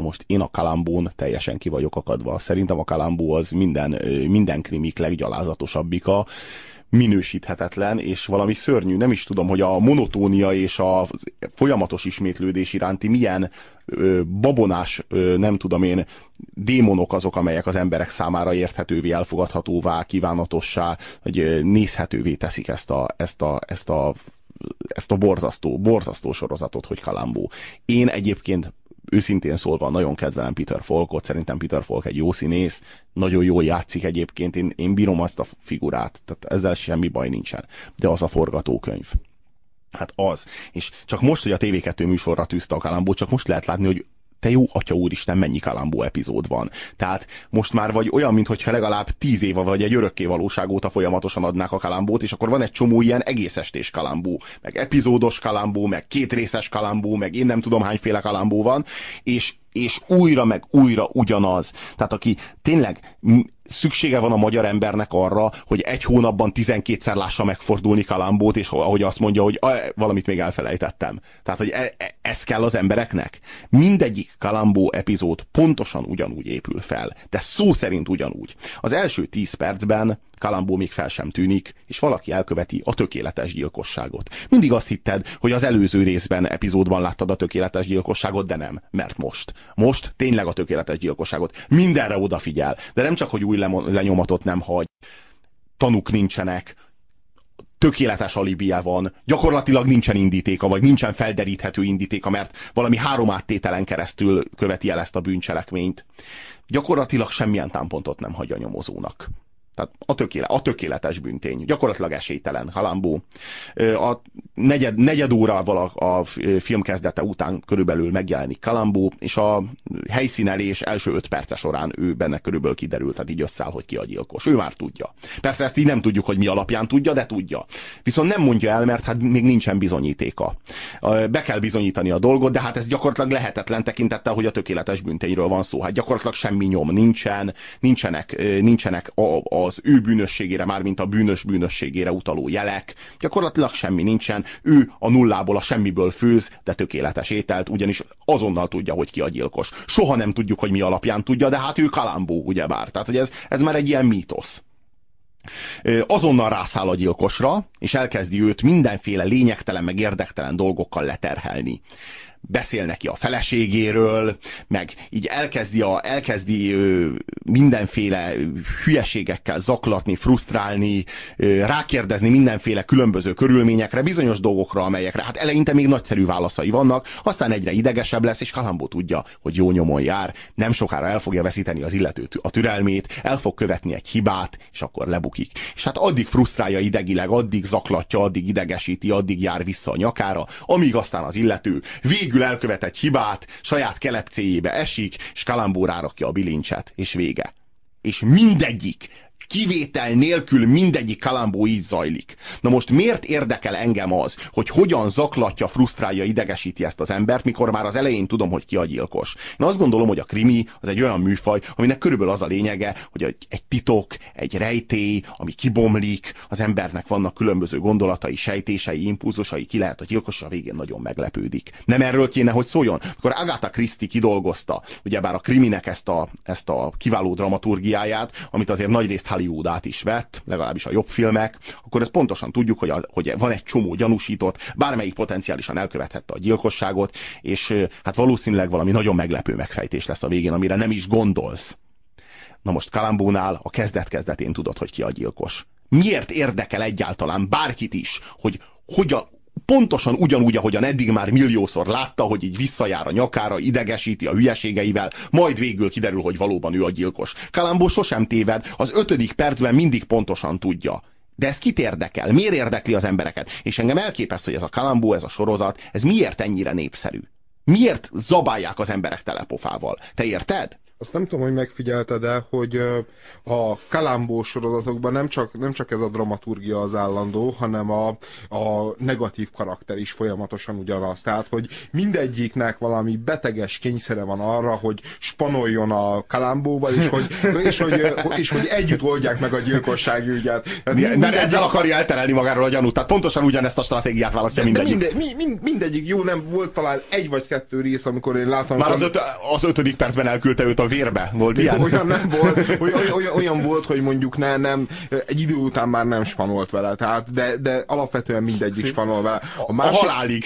Na most én a Columbo-n teljesen ki vagyok akadva. Szerintem a Columbo az minden krimik leggyalázatosabbika, minősíthetetlen, és valami szörnyű. Nem is tudom, hogy a monotónia és a folyamatos ismétlődés iránti milyen babonás, nem tudom én, démonok azok, amelyek az emberek számára érthetővé, elfogadhatóvá, kívánatossá, hogy nézhetővé teszik ezt a borzasztó sorozatot, hogy Columbo. Én egyébként őszintén szólva nagyon kedvelem Peter Falkot, szerintem Peter Falk egy jó színész, nagyon jól játszik egyébként, én bírom azt a figurát, tehát ezzel semmi baj nincsen. De az a forgatókönyv. Hát az. És csak most, hogy a TV2 műsorra tűzte a Columbo, csak most lehet látni, hogy te jó atya úristen, mennyi Columbo epizód van. Tehát most már vagy olyan, mintha legalább 10 éve vagy egy örökké valóság óta folyamatosan adnák a Columbo-t, és akkor van egy csomó ilyen egész estés Columbo, meg epizódos Columbo, meg kétrészes Columbo, meg én nem tudom hányféle Columbo van, és újra meg újra ugyanaz. Tehát aki tényleg szüksége van a magyar embernek arra, hogy egy hónapban 12-szer lássa megfordulni Columbo-t, és ahogy azt mondja, hogy valamit még elfelejtettem. Tehát, hogy ez kell az embereknek. Mindegyik Columbo epizód pontosan ugyanúgy épül fel, de szó szerint ugyanúgy. Az első 10 percben Columbo még fel sem tűnik, és valaki elköveti a tökéletes gyilkosságot. Mindig azt hitted, hogy az előző részben, epizódban láttad a tökéletes gyilkosságot, de nem, mert most tényleg a tökéletes gyilkosságot. Mindenre odafigyel, de nem csak, hogy új lenyomatot nem hagy, tanúk nincsenek, tökéletes alibije van, gyakorlatilag nincsen indítéka, vagy nincsen felderíthető indítéka, mert valami 3 áttételen keresztül követi el ezt a bűncselekményt. Gyakorlatilag semmilyen támpontot nem hagy a nyomozónak. Tehát a tökéletes bűntény. Gyakorlatilag esélytelen. Columbo. A negyed órával a film kezdete után körülbelül megjelenik Columbo, és a helyszínelés első 5 perce során ő benne körülbelül kiderül, tehát így összeáll, hogy ki a gyilkos. Ő már tudja. Persze ezt így nem tudjuk, hogy mi alapján tudja, de tudja. Viszont nem mondja el, mert hát még nincsen bizonyítéka. Be kell bizonyítani a dolgot, de hát ez gyakorlatilag lehetetlen tekintettel, hogy a tökéletes bűntényről van szó. Hát gyakorlatilag semmi nyom nincsenek az ő bűnösségére, mármint a bűnös bűnösségére utaló jelek. Gyakorlatilag semmi nincsen. Ő a nullából, a semmiből főz, de tökéletes ételt, ugyanis azonnal tudja, hogy ki a gyilkos. Soha nem tudjuk, hogy mi alapján tudja, de hát ő Columbo, ugyebár. Tehát, hogy ez már egy ilyen mítosz. Azonnal rászáll a gyilkosra, és elkezdi őt mindenféle lényegtelen, meg érdektelen dolgokkal leterhelni. Beszél neki a feleségéről, meg így elkezdi mindenféle hülyeségekkel zaklatni, frusztrálni, rákérdezni mindenféle különböző körülményekre, bizonyos dolgokra, amelyekre hát eleinte még nagyszerű válaszai vannak, aztán egyre idegesebb lesz, és Columbo tudja, hogy jó nyomon jár, nem sokára el fogja veszíteni az illető a türelmét, el fog követni egy hibát, és akkor lebukik. És hát addig frusztrálja idegileg, addig zaklatja, addig idegesíti, addig jár vissza a nyakára, amíg aztán az illető végül elkövet egy hibát, saját kelepcéjébe esik, és Columbo rárakja a bilincset, és vége. És mindegyik, kivétel nélkül mindegyik Columbo így zajlik. Na most miért érdekel engem az, hogy hogyan zaklatja, frusztrálja, idegesíti ezt az embert, mikor már az elején tudom, hogy ki a gyilkos? Én azt gondolom, hogy a krimi az egy olyan műfaj, aminek körülbelül az a lényege, hogy egy titok, egy rejtély, ami kibomlik, az embernek vannak különböző gondolatai, sejtései, impulzusai, ki lehet a gyilkos, és a végén nagyon meglepődik. Nem erről kéne, hogy szóljon? Mikor Agatha Christie kidolgozta, ugyebár a kriminek ezt a kiváló dramaturgiáját, amit azért nagyrészt Hollywood át is vett, legalábbis a jobb filmek, akkor ezt pontosan tudjuk, hogy van egy csomó gyanúsított, bármelyik potenciálisan elkövethette a gyilkosságot, és hát valószínűleg valami nagyon meglepő megfejtés lesz a végén, amire nem is gondolsz. Na most Columbónál a kezdet-kezdetén tudod, hogy ki a gyilkos. Miért érdekel egyáltalán bárkit is, hogy hogyan, pontosan ugyanúgy, ahogyan eddig már milliószor látta, hogy így visszajár a nyakára, idegesíti a hülyeségeivel, majd végül kiderül, hogy valóban ő a gyilkos. Columbo sosem téved, az 5. percben mindig pontosan tudja. De ez kit érdekel? Miért érdekli az embereket? És engem elképeszt, hogy ez a Columbo, ez a sorozat, ez miért ennyire népszerű? Miért zabálják az emberek telepofával? Te érted? Azt nem tudom, hogy megfigyelted el, hogy a Columbo sorozatokban nem csak ez a dramaturgia az állandó, hanem a negatív karakter is folyamatosan ugyanaz. Tehát, hogy mindegyiknek valami beteges kényszere van arra, hogy spanoljon a Columbóval, és hogy együtt oldják meg a gyilkossági ügyet. Mert ezzel akarja elterelni magáról a gyanút. Tehát pontosan ugyanezt a stratégiát választja mindegyik. Mindegyik jó, nem volt talán egy vagy kettő rész, amikor én láttam... Már az 5. percben elküldte őt a vérbe. Volt ilyen? Olyan nem volt, olyan volt, hogy mondjuk nem, egy idő után már nem spanolt vele, tehát, de alapvetően mindegyik spanol vele. A halálig.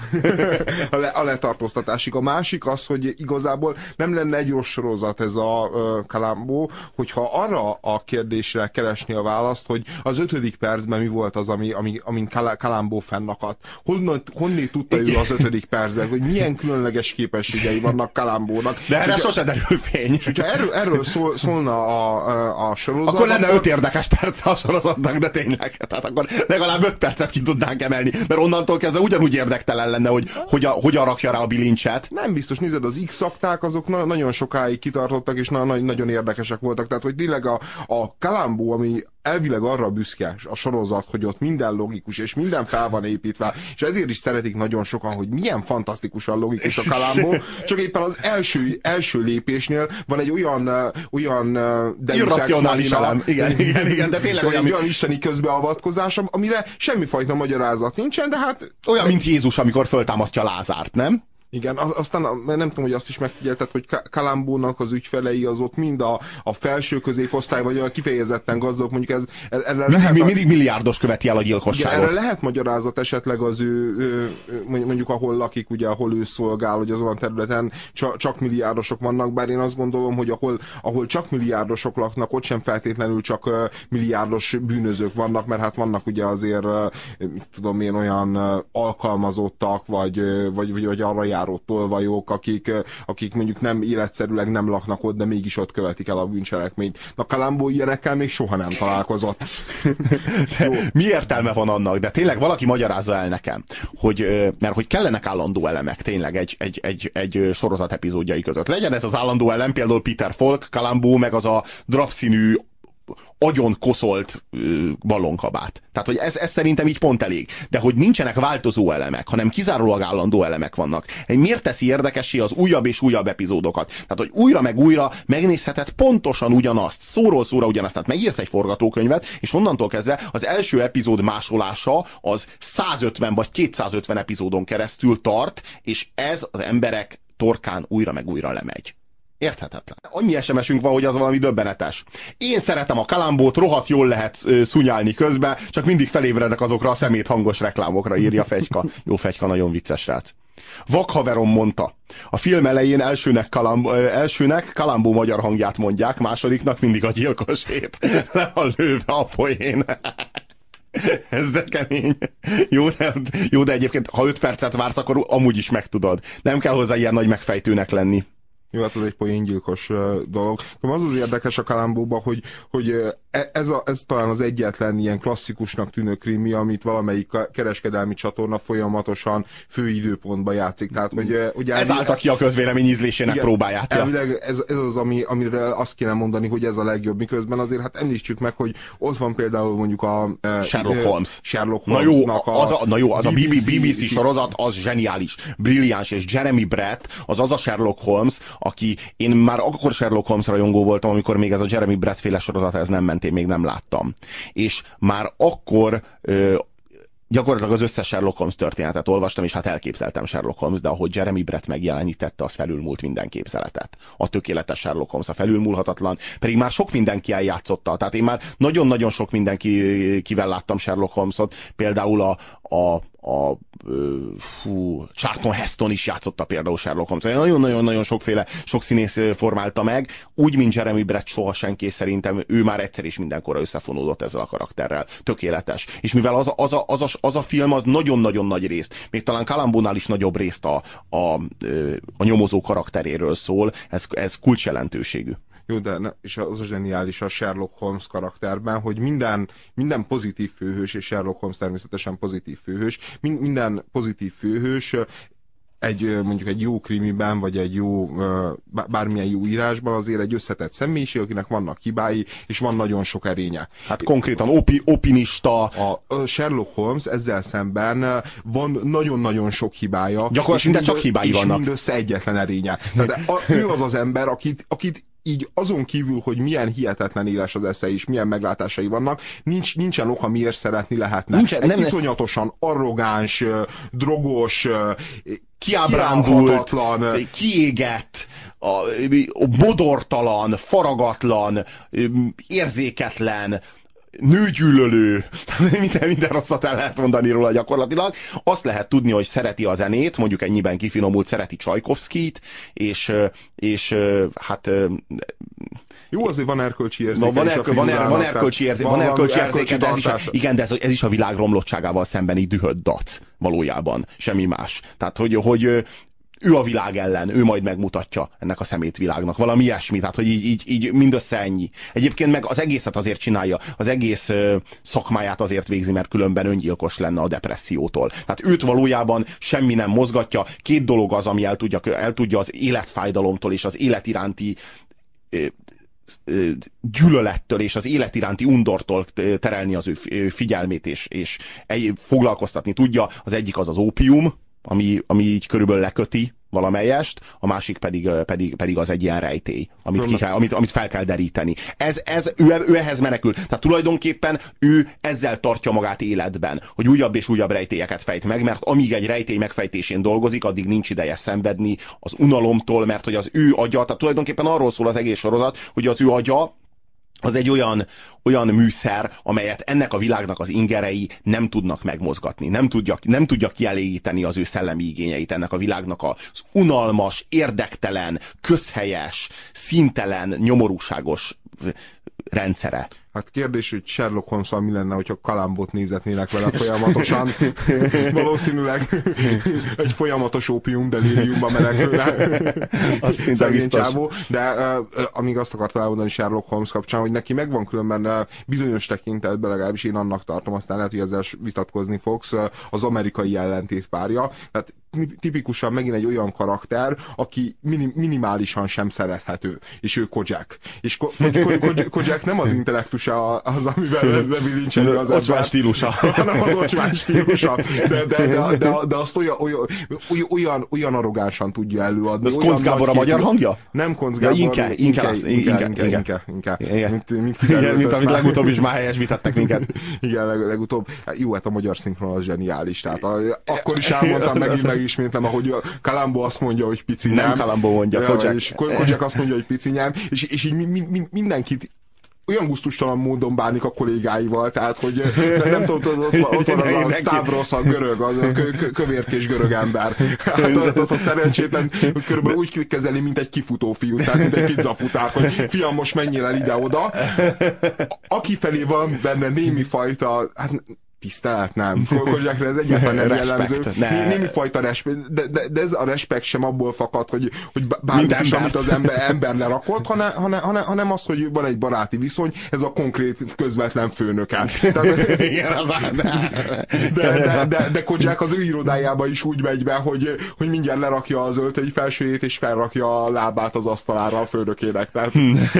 A letartóztatásig. A másik az, hogy igazából nem lenne egy rossz sorozat ez a Columbo, hogyha arra a kérdésre keresni a választ, hogy az 5. percben mi volt az, amin Columbo fennakadt. Honnét tudta ő az 5. percben, hogy milyen különleges képességei vannak Columbónak. De erre sose derül fény. És hogyha erről szólna a sorozat... Akkor lenne 5 érdekes perc a sorozatnak, de tényleg. Tehát akkor legalább 5 percet ki tudnánk emelni, mert onnantól kezdve ugyanúgy érdektelen lenne, hogy hogyan rakja rá a bilincset. Nem biztos, nézed, az X-akták azok nagyon sokáig kitartottak, és nagyon érdekesek voltak. Tehát, hogy tényleg a Columbo, ami elvileg arra büszke a sorozat, hogy ott minden logikus, és minden fel van építve, és ezért is szeretik nagyon sokan, hogy milyen fantasztikusan logikus a Columbo, csak éppen az első lépésnél van egy olyan irracionális elem. Igen, de tényleg olyan isteni közbeavatkozás, amire semmifajta magyarázat nincsen, de hát... Olyan, mint Jézus, amikor föltámasztja Lázárt, nem? Igen, aztán nem tudom, hogy azt is megfigyelted, hogy Columbo-nak az ügyfelei az ott mind a felső középosztály, vagy a kifejezetten gazdagok, mondjuk mindig milliárdos követi el a gyilkosságot. Igen, erre lehet magyarázat esetleg az ő mondjuk ahol lakik, ugye ahol ő szolgál, hogy az olyan területen csak milliárdosok vannak, bár én azt gondolom, hogy ahol csak milliárdosok laknak, ott sem feltétlenül csak milliárdos bűnözők vannak, mert hát vannak ugye azért, tudom én, olyan alkalmazottak, vagy arra járó tolvajok, akik mondjuk nem életszerűleg nem laknak ott, de mégis ott követik el a bűncselekményt. Na, Columbo ilyenekkel még soha nem találkozott. Mi értelme van annak? De tényleg valaki magyarázza el nekem, mert hogy kellenek állandó elemek tényleg egy sorozat epizódjai között. Legyen ez az állandó elem, például Peter Falk, Columbo, meg az a drapszínű agyon koszolt ballonkabát. Tehát, hogy ez szerintem így pont elég. De hogy nincsenek változó elemek, hanem kizárólag állandó elemek vannak. Miért teszi érdekessé az újabb és újabb epizódokat? Tehát, hogy újra meg újra megnézheted pontosan ugyanazt, szóról szóra ugyanazt. Tehát megírsz egy forgatókönyvet, és onnantól kezdve az első epizód másolása az 150 vagy 250 epizódon keresztül tart, és ez az emberek torkán újra meg újra lemegy. Érthetetlen. Annyi SMS-ünk van, hogy az valami döbbenetes. Én szeretem a Columbót, rohadt jól lehet szunyálni közben, csak mindig felébredek azokra a szemét hangos reklámokra, írja Fegyka. Jó, Fegyka, nagyon vicces srác. Vakhaverom mondta, a film elején elsőnek Columbo magyar hangját mondják, másodiknak mindig a gyilkosét. Le a lőve a poén. Ez de kemény. Jó, de egyébként, ha 5 percet vársz, akkor amúgy is megtudod. Nem kell hozzá ilyen nagy megfejtőnek lenni. Jó, hát ez egy poéngyilkos dolog. Az érdekes a Columbóban, hogy ez talán az egyetlen ilyen klasszikusnak tűnő krimi, amit valamelyik kereskedelmi csatorna folyamatosan főidőpontban játszik. Tehát, hogy ugye ez állta ki a közvélemény ízlésének próbáját. Elvileg ez az, amire azt kéne mondani, hogy ez a legjobb, miközben azért hát említsük meg, hogy ott van például mondjuk a Sherlock Holmes. Na jó, az a BBC sorozat, az zseniális, brilliáns, és Jeremy Brett, az a Sherlock Holmes, aki, én már akkor Sherlock Holmes rajongó voltam, amikor még ez a Jeremy Brett féle sorozat, ez nem ment, én még nem láttam. És már akkor gyakorlatilag az összes Sherlock Holmes történetet olvastam, és hát elképzeltem Sherlock Holmes, de ahogy Jeremy Brett megjelenítette, az felülmúlt minden képzeletet. A tökéletes Sherlock Holmes, a felülmúlhatatlan, pedig már sok mindenki eljátszotta. Tehát én már nagyon-nagyon sok mindenkivel láttam Sherlock Holmesot, például Charlton Heston is játszotta például Sherlock Holmes. Nagyon-nagyon sok színész formálta meg, úgy, mint Jeremy Brett soha senki, szerintem ő már egyszer is mindenkorra összefonódott ezzel a karakterrel. Tökéletes. És mivel az a film az nagyon-nagyon nagy részt, még talán Columbónál is nagyobb részt a nyomozó karakteréről szól, ez kulcsjelentőségű. Jó, de és az a zseniális a Sherlock Holmes karakterben, hogy minden pozitív főhős, és Sherlock Holmes természetesen pozitív főhős, minden pozitív főhős mondjuk egy jó krimiben, vagy egy jó, bármilyen jó írásban azért egy összetett személyiség, akinek vannak hibái, és van nagyon sok erénye. Hát konkrétan opinista. A Sherlock Holmes ezzel szemben van nagyon-nagyon sok hibája. Gyakorlatilag csak hibái vannak. És mindössze egyetlen erénye. Tehát ő az az ember, akit így azon kívül, hogy milyen hihetetlen éles az esze és milyen meglátásai vannak, nincsen oka, miért szeretni lehetne. Iszonyatosan arrogáns, drogos, kiábrándult, kiégett, bodortalan, faragatlan, érzéketlen, nőgyűlölő, minden rosszat el lehet mondani róla gyakorlatilag. Azt lehet tudni, hogy szereti a zenét, mondjuk ennyiben kifinomult, szereti Csajkovszkit, és hát... Jó, azért van erkölcsi érzéke. Van erkölcsi érzéke, de igen, de ez is a világ romlottságával szembeni dühött dac valójában, semmi más. Tehát, hogy ő a világ ellen, ő majd megmutatja ennek a szemétvilágnak. Valami ilyesmi, tehát hogy így mindössze ennyi. Egyébként meg az egészet azért csinálja, az egész szakmáját azért végzi, mert különben öngyilkos lenne a depressziótól. Tehát őt valójában semmi nem mozgatja. Két dolog az, ami el tudja az életfájdalomtól és az élet iránti gyűlölettől és az élet iránti undortól terelni az ő figyelmét, és foglalkoztatni tudja. Az egyik az ópium, ami így körülbelül leköti valamelyest, a másik pedig az egy ilyen rejtély, amit fel kell deríteni. Ő ehhez menekül. Tehát tulajdonképpen ő ezzel tartja magát életben, hogy újabb és újabb rejtélyeket fejt meg, mert amíg egy rejtély megfejtésén dolgozik, addig nincs ideje szenvedni az unalomtól, mert hogy az ő agya, tehát tulajdonképpen arról szól az egész sorozat, hogy az ő agya az egy olyan műszer, amelyet ennek a világnak az ingerei nem tudnak megmozgatni. Nem tudja kielégíteni az ő szellemi igényeit ennek a világnak az unalmas, érdektelen, közhelyes, színtelen, nyomorúságos rendszere. Hát kérdés, hogy Sherlock Holmes-al mi lenne, hogyha Kalambot nézetnének vele folyamatosan. Valószínűleg egy folyamatos ópium delíriumba menekülne. Szegény csávó. De amíg azt akartam elmondani Sherlock Holmes kapcsán, hogy neki megvan különben bizonyos tekintetben, legalábbis én annak tartom, aztán lehet, hogy ezzel vitatkozni fogsz, az amerikai ellentétpárja. Tehát tipikusan megint egy olyan karakter, aki minimálisan sem szerethető. És ő Kojak. És Kojak nem az intellektusa az, amivel bevilincseli az ocsmány stílusa. Hanem az ocsmány stílusa. De azt olyan arrogánsan tudja előadni. Ez Koncz Gábor a magyar hangja? Nem Koncz Gábor. Inke. Mint amit legutóbb is már helyesbítettek minket. Igen, legutóbb. Jó, hát a magyar szinkron az zseniális. Tehát akkor is elmondtam, megismétlem, ahogy Columbo azt mondja, hogy pici nem. Nem Columbo mondja, Kojak. És Kojak azt mondja, hogy pici nem. És így mindenkit olyan gusztustalan módon bánik a kollégáival, tehát, hogy nem tudom, ott van az a Stavros, a görög, a kövérkés görög ember. Hát az a szerencsétlen körülbelül úgy kezeli, mint egy kifutó fiú, tehát mint egy pizzafutár, hogy fiam, most menjél el ide-oda. Aki felé van benne némi fajta, hát tisztelet, nem. Kojakra ez egyáltalán nem jellemző. Némi fajta respekt, de ez a respekt sem abból fakad, hogy bármi is, amit az ember lerakott, hanem az, hogy van egy baráti viszony, ez a konkrét közvetlen főnöke. De Kojak az ő irodájába is úgy megy be, hogy mindjárt lerakja az öltöny felsőjét, és felrakja a lábát az asztalára a főnökének. Tehát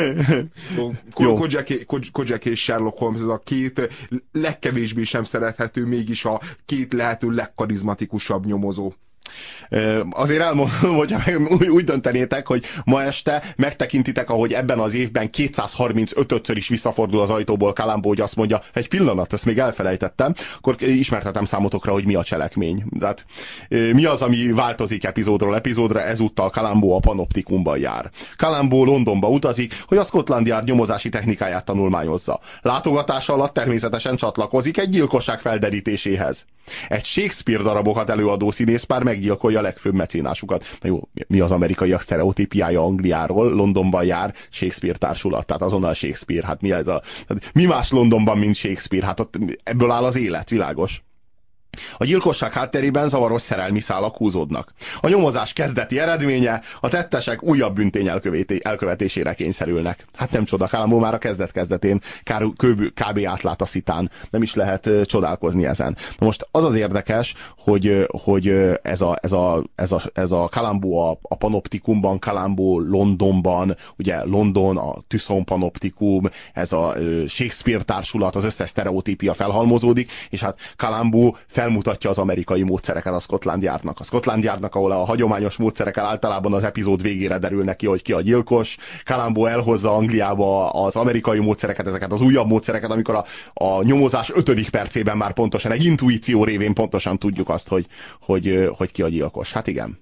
Kojak és Sherlock Holmes, ez a két legkevésbé sem szerethető, mégis a két lehető legkarizmatikusabb nyomozó. Azért elmondom, hogyha úgy döntenétek, hogy ma este megtekintitek, ahogy ebben az évben 235-ször is visszafordul az ajtóból Columbo, hogy azt mondja, egy pillanat, ezt még elfelejtettem, akkor ismertetem számotokra, hogy mi a cselekmény. Tehát mi az, ami változik epizódról epizódra, ezúttal Columbo a panoptikumban jár. Columbo Londonba utazik, hogy a Scotland Yard nyomozási technikáját tanulmányozza. Látogatása alatt természetesen csatlakozik egy gyilkosság felderítéséhez. Egy Shakespeare darabokat előadó színészpár meggyilkolja a legfőbb mecénásukat. Na jó, mi az amerikaiak sztereotípiája Angliáról? Londonban jár Shakespeare társulat, tehát azonnal Shakespeare. Hát mi ez mi más Londonban, mint Shakespeare? Hát ott ebből áll az élet, világos. A gyilkosság hátterében zavaros szerelmi szálak húzódnak. A nyomozás kezdeti eredménye, a tettesek újabb bűntény elkövetésére kényszerülnek. Hát nem csoda, Columbo már a kezdet-kezdetén kb. Átlát a szitán. Nem is lehet csodálkozni ezen. Na most az az érdekes, hogy ez a Columbo a panoptikumban, Columbo Londonban, ugye London, a Tucson panoptikum, ez a Shakespeare társulat, az összes sztereotípia felhalmozódik, és hát Columbo felmutatja az amerikai módszereket a Scotland Yardnak. A Scotland Yardnak, ahol a hagyományos módszerekkel általában az epizód végére derül ki, hogy ki a gyilkos. Columbo elhozza Angliába az amerikai módszereket, ezeket az újabb módszereket, amikor a nyomozás 5. percében már pontosan, egy intuíció révén pontosan tudjuk azt, hogy ki a gyilkos. Hát igen.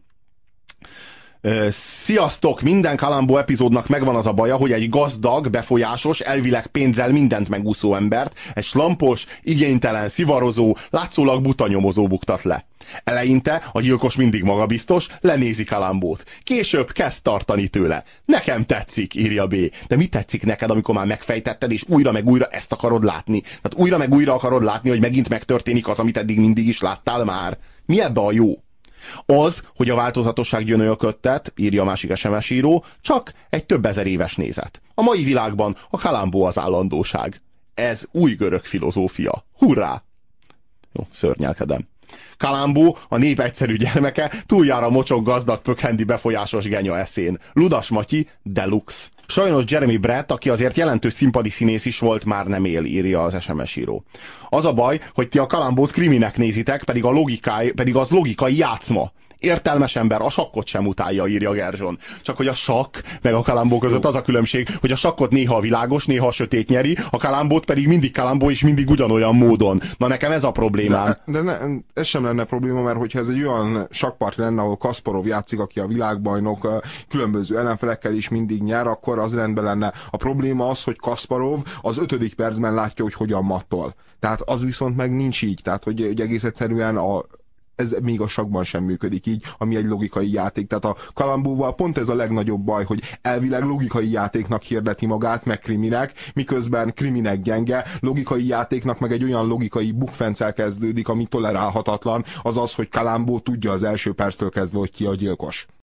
Sziasztok! Minden Columbo epizódnak megvan az a baja, hogy egy gazdag, befolyásos, elvileg pénzzel mindent megúszó embert egy slampos, igénytelen, szivarozó, látszólag buta nyomozó buktat le. Eleinte a gyilkos mindig magabiztos, lenézi Columbót. Később kezd tartani tőle. Nekem tetszik, írja B. De mi tetszik neked, amikor már megfejtetted, és újra meg újra ezt akarod látni? Tehát újra meg újra akarod látni, hogy megint megtörténik az, amit eddig mindig is láttál már? Mi ebbe a jó? Az, hogy a változatosság gyönyörködtet, írja a másik SMS író, csak egy több ezer éves nézet. A mai világban a Columbo az állandóság. Ez új görög filozófia. Hurrá! Jó, szörnyelkedem. Columbo, a nép egyszerű gyermeke, túljár a mocsok gazdag pökhendi befolyásos genya eszén. Ludas Matyi, deluxe. Sajnos Jeremy Brett, aki azért jelentős színpadi színész is volt, már nem él, írja az SMS író. Az a baj, hogy ti a Columbót kriminek nézitek, pedig az logikai játszma. Értelmes ember a sakkot sem utálja, írja Gerzson. Csak hogy a sakk meg a Columbo között az a különbség, hogy a sakkot néha a világos, néha a sötét nyeri, a Columbót pedig mindig Columbo és mindig ugyanolyan módon. Na nekem ez a problémám. Ez sem lenne probléma, mert hogyha ez egy olyan sakkpart lenne, ahol Kasparov játszik, aki a világbajnok, különböző ellenfelekkel is mindig nyer, akkor az rendben lenne. A probléma az, hogy Kasparov az 5. percben látja, hogy hogyan mattol. Tehát az viszont meg nincs így. Tehát, hogy egész egyszerűen ez még a sakkban sem működik így, ami egy logikai játék. Tehát a Columbóval pont ez a legnagyobb baj, hogy elvileg logikai játéknak hirdeti magát, meg kriminek, miközben kriminek gyenge, logikai játéknak meg egy olyan logikai bukfencel kezdődik, ami tolerálhatatlan, az az, hogy Columbo tudja az első perctől kezdve, hogy ki a gyilkos.